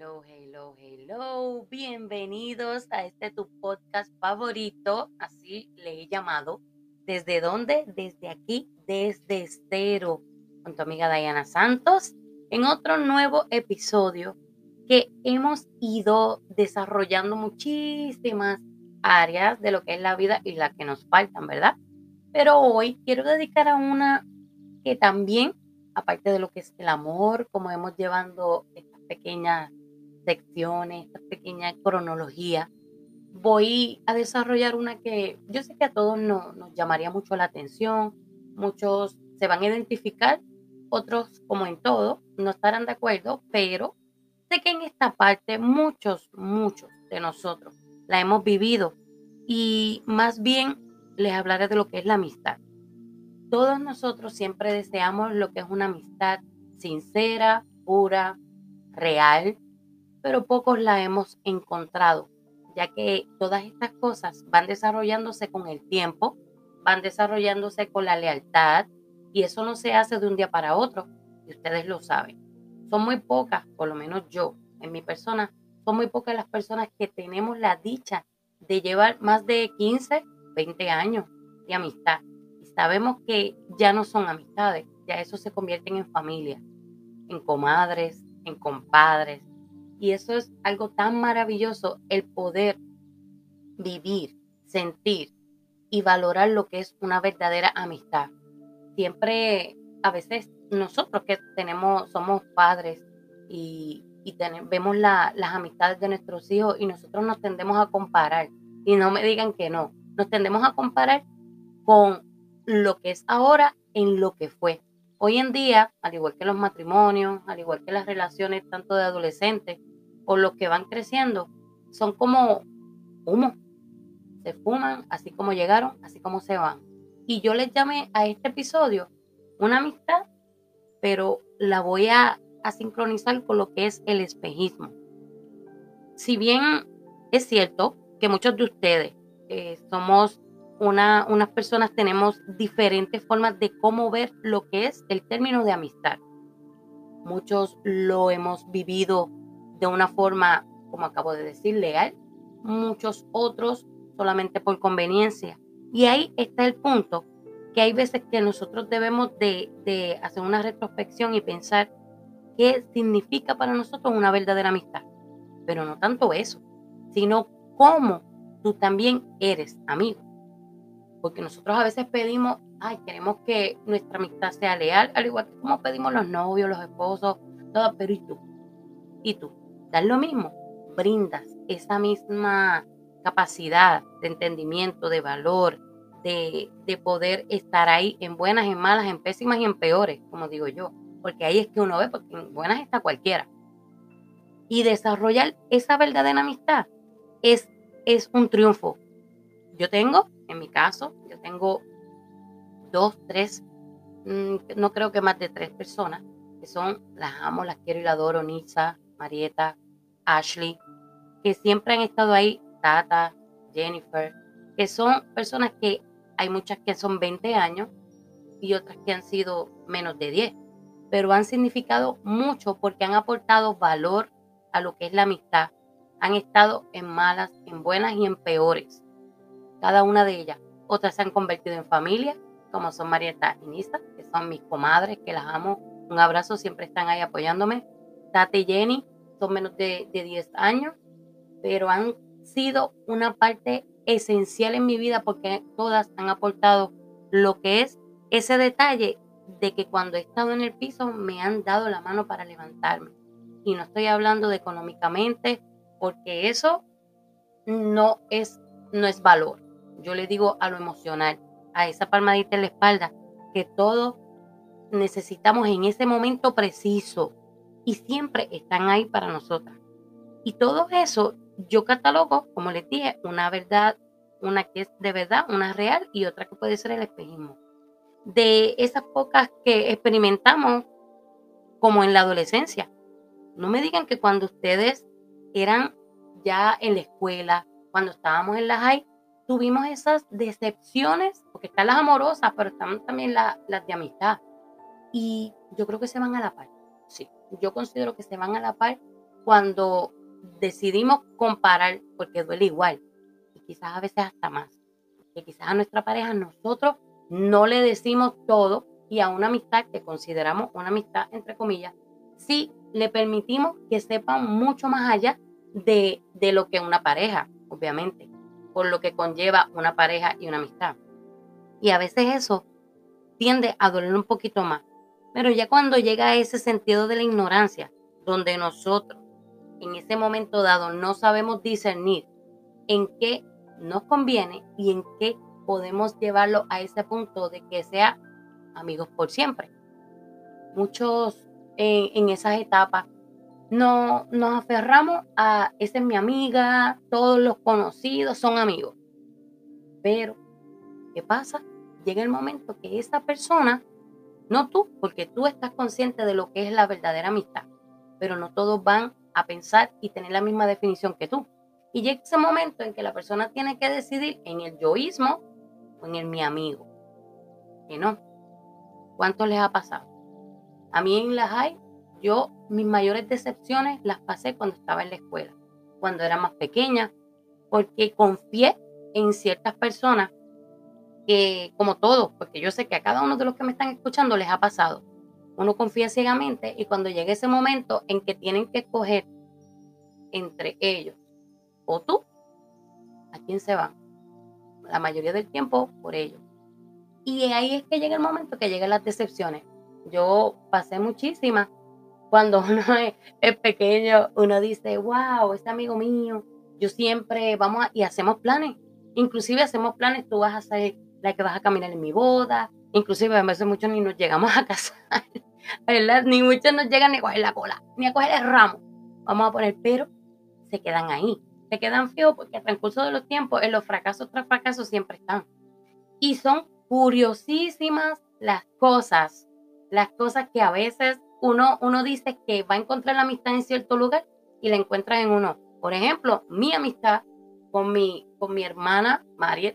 Hello. Bienvenidos a este tu podcast favorito, así le he llamado. ¿Desde dónde? Desde aquí, desde cero, con tu amiga Diana Santos, en otro nuevo episodio que hemos ido desarrollando muchísimas áreas de lo que es la vida y las que nos faltan, ¿verdad? Pero hoy quiero dedicar a una que también, aparte de lo que es el amor, como hemos llevando estas pequeñas secciones, esta pequeña cronología, voy a desarrollar una que yo sé que a todos nos llamaría mucho la atención, muchos se van a identificar, otros, como en todo, no estarán de acuerdo, pero sé que en esta parte muchos de nosotros la hemos vivido y más bien les hablaré de lo que es la amistad. Todos nosotros siempre deseamos lo que es una amistad sincera, pura, real, pero pocos la hemos encontrado, ya que todas estas cosas van desarrollándose con el tiempo, van desarrollándose con la lealtad, y eso no se hace de un día para otro, y ustedes lo saben. Son muy pocas, por lo menos yo, en mi persona, son muy pocas las personas que tenemos la dicha de llevar más de 15, 20 años de amistad. Y sabemos que ya no son amistades, ya eso se convierten en familia, en comadres, en compadres. Y eso es algo tan maravilloso, el poder vivir, sentir y valorar lo que es una verdadera amistad. Siempre, a veces, nosotros que somos padres y vemos las amistades de nuestros hijos y nosotros nos tendemos a comparar. Y no me digan que no, nos tendemos a comparar con lo que es ahora en lo que fue. Hoy en día, al igual que los matrimonios, al igual que las relaciones tanto de adolescentes o los que van creciendo, son como humo, se fuman, así como llegaron, así como se van. Y yo les llamé a este episodio una amistad, pero la voy a sincronizar con lo que es el espejismo. Si bien es cierto que muchos de ustedes somos unas personas, tenemos diferentes formas de cómo ver lo que es el término de amistad. Muchos lo hemos vivido de una forma, como acabo de decir, leal. Muchos otros solamente por conveniencia. Y ahí está el punto, que hay veces que nosotros debemos de hacer una retrospección y pensar qué significa para nosotros una verdadera amistad. Pero no tanto eso, sino cómo tú también eres amigo. Porque nosotros a veces pedimos, ay, queremos que nuestra amistad sea leal, al igual que como pedimos los novios, los esposos, todo, pero ¿y tú? ¿Y tú? ¿Das lo mismo? ¿Brindas esa misma capacidad de entendimiento, de valor, de poder estar ahí en buenas, en malas, en pésimas y en peores, como digo yo? Porque ahí es que uno ve, porque en buenas está cualquiera. Y desarrollar esa verdadera amistad es, es un triunfo. Yo tengo, en mi caso, yo tengo 2, 3, no creo que más de 3 personas, que son, las amo, las quiero y las adoro, Nisa, Marieta, Ashley, que siempre han estado ahí, Tata, Jennifer, que son personas que hay muchas que son 20 años y otras que han sido menos de 10, pero han significado mucho porque han aportado valor a lo que es la amistad. Han estado en malas, en buenas y en peores, cada una de ellas. Otras se han convertido en familia, como son Marieta y Nisa, que son mis comadres, que las amo. Un abrazo, siempre están ahí apoyándome. Tata y Jenny son menos de 10 años, pero han sido una parte esencial en mi vida porque todas han aportado lo que es ese detalle de que cuando he estado en el piso me han dado la mano para levantarme. Y no estoy hablando de económicamente, porque eso no es, no es valor. Yo le digo a lo emocional, a esa palmadita en la espalda, que todos necesitamos en ese momento preciso y siempre están ahí para nosotras. Y todo eso yo catalogo, como les dije, una verdad, una que es de verdad, una real y otra que puede ser el espejismo. De esas pocas que experimentamos como en la adolescencia. No me digan que cuando ustedes eran ya en la escuela, cuando estábamos en la high, tuvimos esas decepciones, porque están las amorosas, pero están también las de amistad. Y yo creo que se van a la par. Sí, yo considero que se van a la par cuando decidimos comparar, porque duele igual, y quizás a veces hasta más, que quizás a nuestra pareja nosotros no le decimos todo y a una amistad que consideramos una amistad, entre comillas, sí le permitimos que sepan mucho más allá de lo que una pareja, obviamente, por lo que conlleva una pareja y una amistad. Y a veces eso tiende a doler un poquito más. Pero ya cuando llega a ese sentido de la ignorancia, donde nosotros en ese momento dado no sabemos discernir en qué nos conviene y en qué podemos llevarlo a ese punto de que sea amigos por siempre. Muchos en esas etapas no, nos aferramos a, esa es mi amiga, todos los conocidos son amigos. Pero, ¿qué pasa? Llega el momento que esa persona, no tú, porque tú estás consciente de lo que es la verdadera amistad, pero no todos van a pensar y tener la misma definición que tú. Y llega ese momento en que la persona tiene que decidir en el yoísmo o en el mi amigo. Que no. ¿Cuánto les ha pasado? A mí en las hay, yo mis mayores decepciones las pasé cuando estaba en la escuela, cuando era más pequeña, porque confié en ciertas personas que, como todos, porque yo sé que a cada uno de los que me están escuchando les ha pasado. Uno confía ciegamente y cuando llega ese momento en que tienen que escoger entre ellos o tú, ¿a quién se van? La mayoría del tiempo por ellos. Y ahí es que llega el momento que llegan las decepciones. Yo pasé muchísimas. Cuando uno es pequeño, uno dice, wow, este amigo mío, yo siempre vamos y hacemos planes. Inclusive hacemos planes, tú vas a ser la que vas a caminar en mi boda. Inclusive a veces muchos ni nos llegamos a casar, ¿verdad? Ni muchos nos llegan ni a coger la cola, ni a coger el ramo. Vamos a poner, pero se quedan ahí. Se quedan fijos porque al transcurso de los tiempos, en los fracasos tras fracasos siempre están. Y son curiosísimas las cosas que a veces uno dice que va a encontrar la amistad en cierto lugar y la encuentras en uno. Por ejemplo, mi amistad con mi hermana Mariet,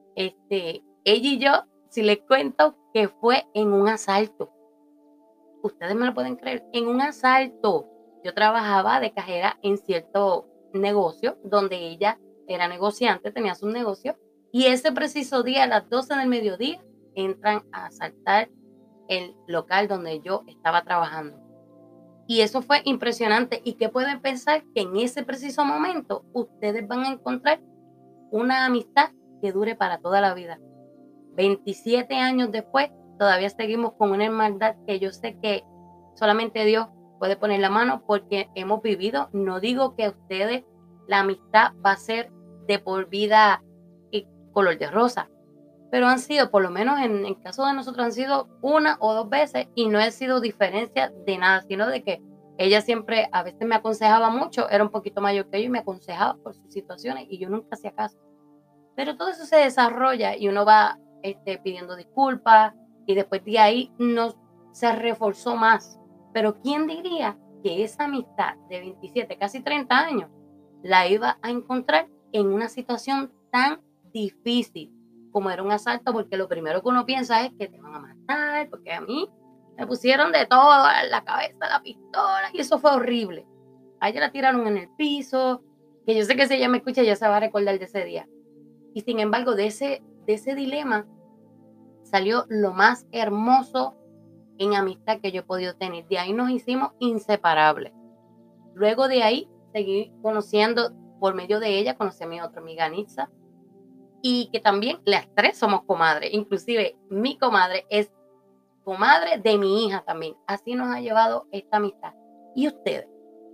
ella y yo, si les cuento que fue en un asalto. Ustedes me lo pueden creer, en un asalto. Yo trabajaba de cajera en cierto negocio donde ella era negociante, tenía su negocio, y ese preciso día, a las 12 del mediodía, entran a asaltar el local donde yo estaba trabajando. Y eso fue impresionante. ¿Y qué pueden pensar? Que en ese preciso momento ustedes van a encontrar una amistad que dure para toda la vida. 27 años después, todavía seguimos con una hermandad que yo sé que solamente Dios puede poner la mano porque hemos vivido. No digo que ustedes, la amistad va a ser de por vida y color de rosa, pero han sido, por lo menos en el caso de nosotros, han sido una o dos veces y no ha sido diferencia de nada, sino de que ella siempre a veces me aconsejaba mucho, era un poquito mayor que yo y me aconsejaba por sus situaciones y yo nunca hacía caso. Pero todo eso se desarrolla y uno va pidiendo disculpas y después de ahí no se reforzó más. Pero ¿quién diría que esa amistad de 27, casi 30 años, la iba a encontrar en una situación tan difícil como era un asalto? Porque lo primero que uno piensa es que te van a matar, porque a mí me pusieron de todo en la cabeza, la pistola, y eso fue horrible. A ella la tiraron en el piso, que yo sé que si ella me escucha ya se va a recordar de ese día. Y sin embargo, de ese dilema salió lo más hermoso en amistad que yo he podido tener. De ahí nos hicimos inseparables. Luego de ahí seguí conociendo, por medio de ella, conocí a mi otra amiga Nitza, y que también las tres somos comadres. Inclusive mi comadre es comadre de mi hija también. Así nos ha llevado esta amistad. ¿Y ustedes?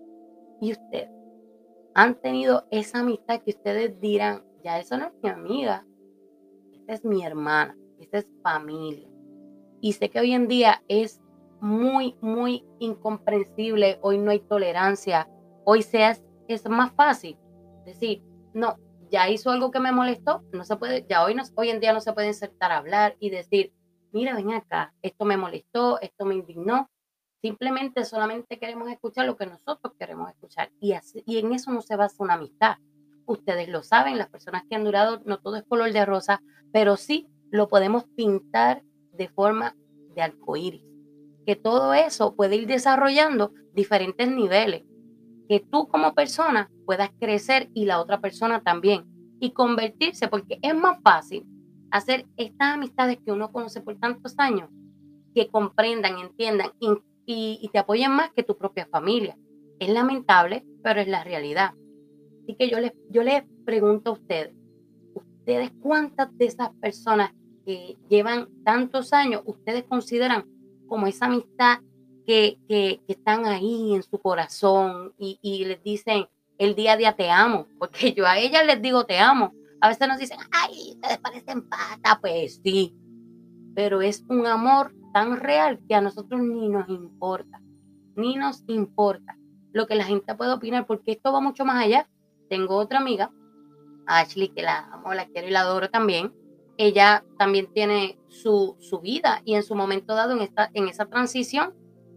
¿Y ustedes? ¿Han tenido esa amistad que ustedes dirán, ya eso no es mi amiga, esta es mi hermana, esta es familia? Y sé que hoy en día es muy, muy incomprensible, hoy no hay tolerancia, hoy es más fácil decir, no, ya hizo algo que me molestó, no se puede, ya hoy en día no se puede sentar a hablar y decir, mira, ven acá, esto me molestó, esto me indignó. Simplemente solamente queremos escuchar lo que nosotros queremos escuchar y en eso no se basa una amistad. Ustedes lo saben, las personas que han durado, no todo es color de rosa, pero sí lo podemos pintar de forma de arcoíris, que todo eso puede ir desarrollando diferentes niveles. que tú como persona puedas crecer y la otra persona también y convertirse, porque es más fácil hacer estas amistades que uno conoce por tantos años, que comprendan, entiendan y te apoyen más que tu propia familia. Es lamentable, pero es la realidad. Así que yo les pregunto a ustedes cuántas de esas personas que llevan tantos años, ustedes consideran como esa amistad que están ahí en su corazón y les dicen el día a día te amo, porque yo a ellas les digo te amo. A veces nos dicen, ay, ustedes parecen pata, pues sí, pero es un amor tan real que a nosotros ni nos importa lo que la gente puede opinar, porque esto va mucho más allá. Tengo otra amiga, Ashley, que la amo, la quiero y la adoro también. Ella también tiene su vida y en su momento dado, en esa transición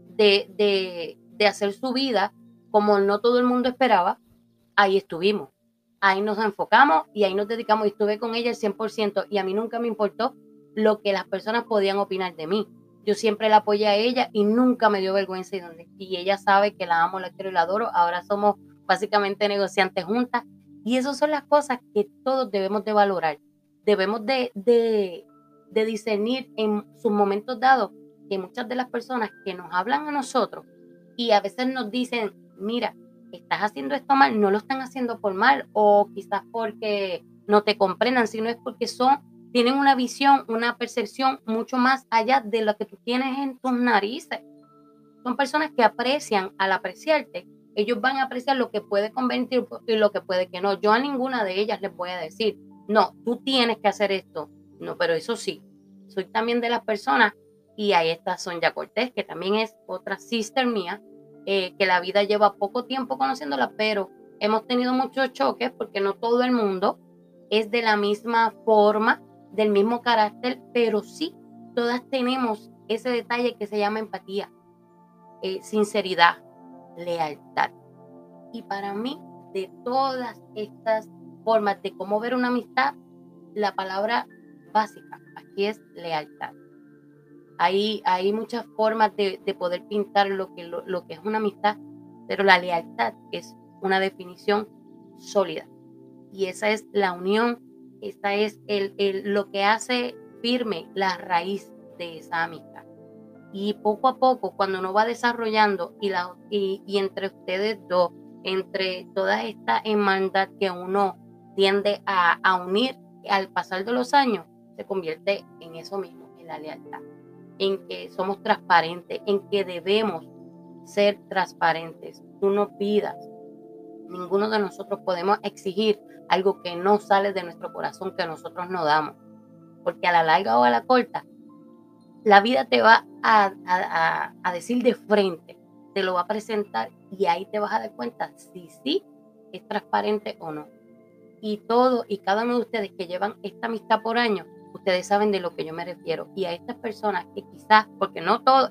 de hacer su vida como no todo el mundo esperaba, ahí estuvimos. Ahí nos enfocamos y ahí nos dedicamos y estuve con ella el 100% y a mí nunca me importó lo que las personas podían opinar de mí. Yo siempre la apoyé a ella y nunca me dio vergüenza y ella sabe que la amo, la quiero y la adoro. Ahora somos básicamente negociantes juntas y esas son las cosas que todos debemos de valorar. Debemos de discernir en sus momentos dados que muchas de las personas que nos hablan a nosotros y a veces nos dicen, mira, estás haciendo esto mal, no lo están haciendo por mal o quizás porque no te comprendan, sino es porque tienen una visión, una percepción mucho más allá de lo que tú tienes en tus narices. Son personas que aprecian, al apreciarte, ellos van a apreciar lo que puede convertir y lo que puede que no. Yo a ninguna de ellas les voy a decir, no, tú tienes que hacer esto. No, pero eso sí, soy también de las personas, y ahí está Sonia Cortés, que también es otra sister mía, que la vida lleva poco tiempo conociéndola, pero hemos tenido muchos choques porque no todo el mundo es de la misma forma, del mismo carácter, pero sí, todas tenemos ese detalle que se llama empatía, sinceridad, lealtad. Y para mí, de todas estas formas de cómo ver una amistad, la palabra básica aquí es lealtad. Hay muchas formas de poder pintar lo que es una amistad, pero la lealtad es una definición sólida. Y esa es la unión, esa es lo que hace firme la raíz de esa amistad. Y poco a poco, cuando uno va desarrollando y entre ustedes dos, entre toda esta hermandad que uno tiende a unir al pasar de los años, se convierte en eso mismo, en la lealtad, en que somos transparentes, en que debemos ser transparentes. Tú no pidas, ninguno de nosotros podemos exigir algo que no sale de nuestro corazón, que nosotros no damos, porque a la larga o a la corta, la vida te va a decir de frente, te lo va a presentar y ahí te vas a dar cuenta si sí es transparente o no. Y todo y cada uno de ustedes que llevan esta amistad por años, ustedes saben de lo que yo me refiero. Y a estas personas que quizás, porque no todo,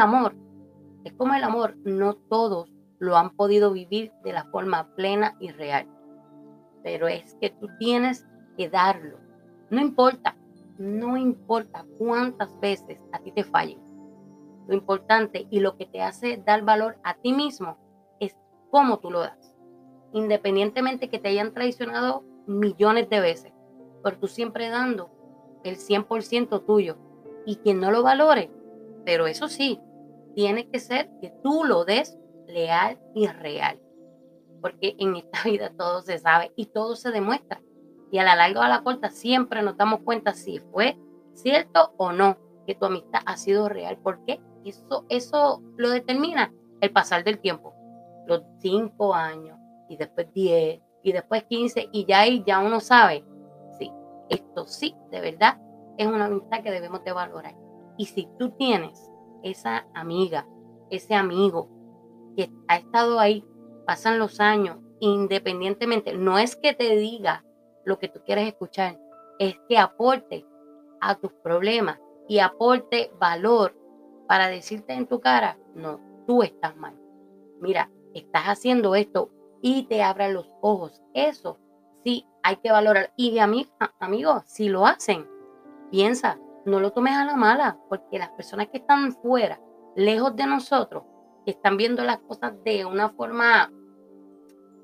es como el amor, no todos lo han podido vivir de la forma plena y real. Pero es que tú tienes que darlo. No importa, no importa cuántas veces a ti te fallen. Lo importante y lo que te hace dar valor a ti mismo es cómo tú lo das. Independientemente que te hayan traicionado millones de veces, pero tú siempre dando el 100% tuyo. Y quien no lo valore, pero eso sí, tiene que ser que tú lo des leal y real. Porque en esta vida todo se sabe y todo se demuestra. Y a la larga o a la corta siempre nos damos cuenta si fue cierto o no que tu amistad ha sido real. Porque eso lo determina el pasar del tiempo. Los 5 años y después 10 y después 15 y ya ahí ya uno sabe, sí, esto sí, de verdad, es una amistad que debemos de valorar. Y si tú tienes esa amiga, ese amigo que ha estado ahí, pasan los años, independientemente, no es que te diga lo que tú quieres escuchar, es que aporte a tus problemas y aporte valor para decirte en tu cara, no, tú estás mal. Mira, estás haciendo esto y te abran los ojos. Eso sí hay que valorar. Y amigos, si lo hacen, piensa, no lo tomes a la mala, porque las personas que están fuera, lejos de nosotros, que están viendo las cosas de una forma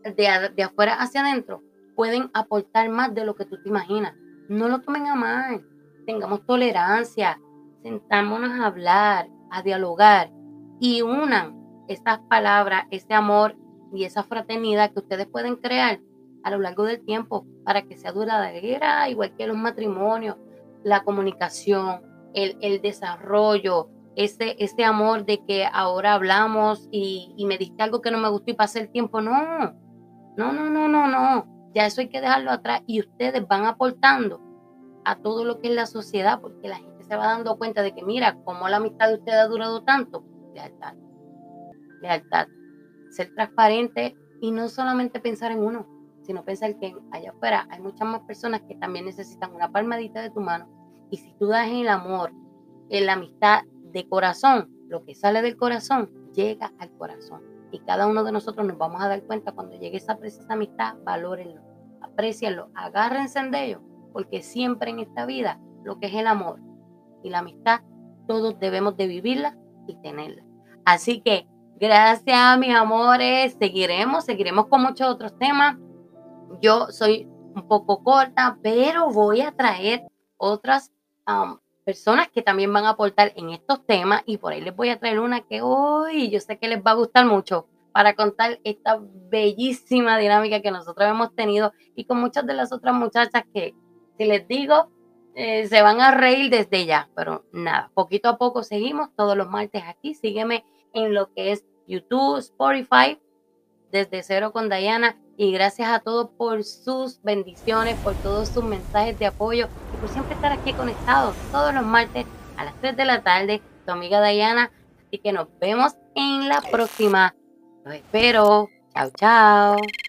de afuera hacia adentro pueden aportar más de lo que tú te imaginas. No lo tomen a mal, tengamos tolerancia, sentámonos a hablar, a dialogar y unan esas palabras, ese amor y esa fraternidad que ustedes pueden crear a lo largo del tiempo para que sea duradera, igual que los matrimonios, la comunicación, el desarrollo, ese amor de que ahora hablamos y me diste algo que no me gustó y pasé el tiempo. No, no, no, no, no, no. Ya eso hay que dejarlo atrás y ustedes van aportando a todo lo que es la sociedad porque la gente se va dando cuenta de que mira, cómo la amistad de ustedes ha durado tanto. Lealtad, lealtad, ser transparente y no solamente pensar en uno, sino pensar que allá afuera hay muchas más personas que también necesitan una palmadita de tu mano. Y si tú das el amor, en la amistad de corazón, lo que sale del corazón llega al corazón. Y cada uno de nosotros nos vamos a dar cuenta cuando llegue esa precisa amistad, valórenlo, aprécienlo, agárrense de ello, porque siempre en esta vida lo que es el amor y la amistad, todos debemos de vivirla y tenerla. Así que gracias, mis amores, seguiremos con muchos otros temas. Yo soy un poco corta, pero voy a traer otras personas que también van a aportar en estos temas y por ahí les voy a traer una que hoy yo sé que les va a gustar mucho para contar esta bellísima dinámica que nosotros hemos tenido y con muchas de las otras muchachas que, si les digo, se van a reír desde ya, pero nada, poquito a poco seguimos todos los martes aquí, sígueme en lo que es YouTube, Spotify, Desde Cero con Dayana, y gracias a todos por sus bendiciones, por todos sus mensajes de apoyo y por siempre estar aquí conectados todos los martes a las 3 de la tarde, tu amiga Dayana. Así que nos vemos en la próxima. Los espero. Chao, chao.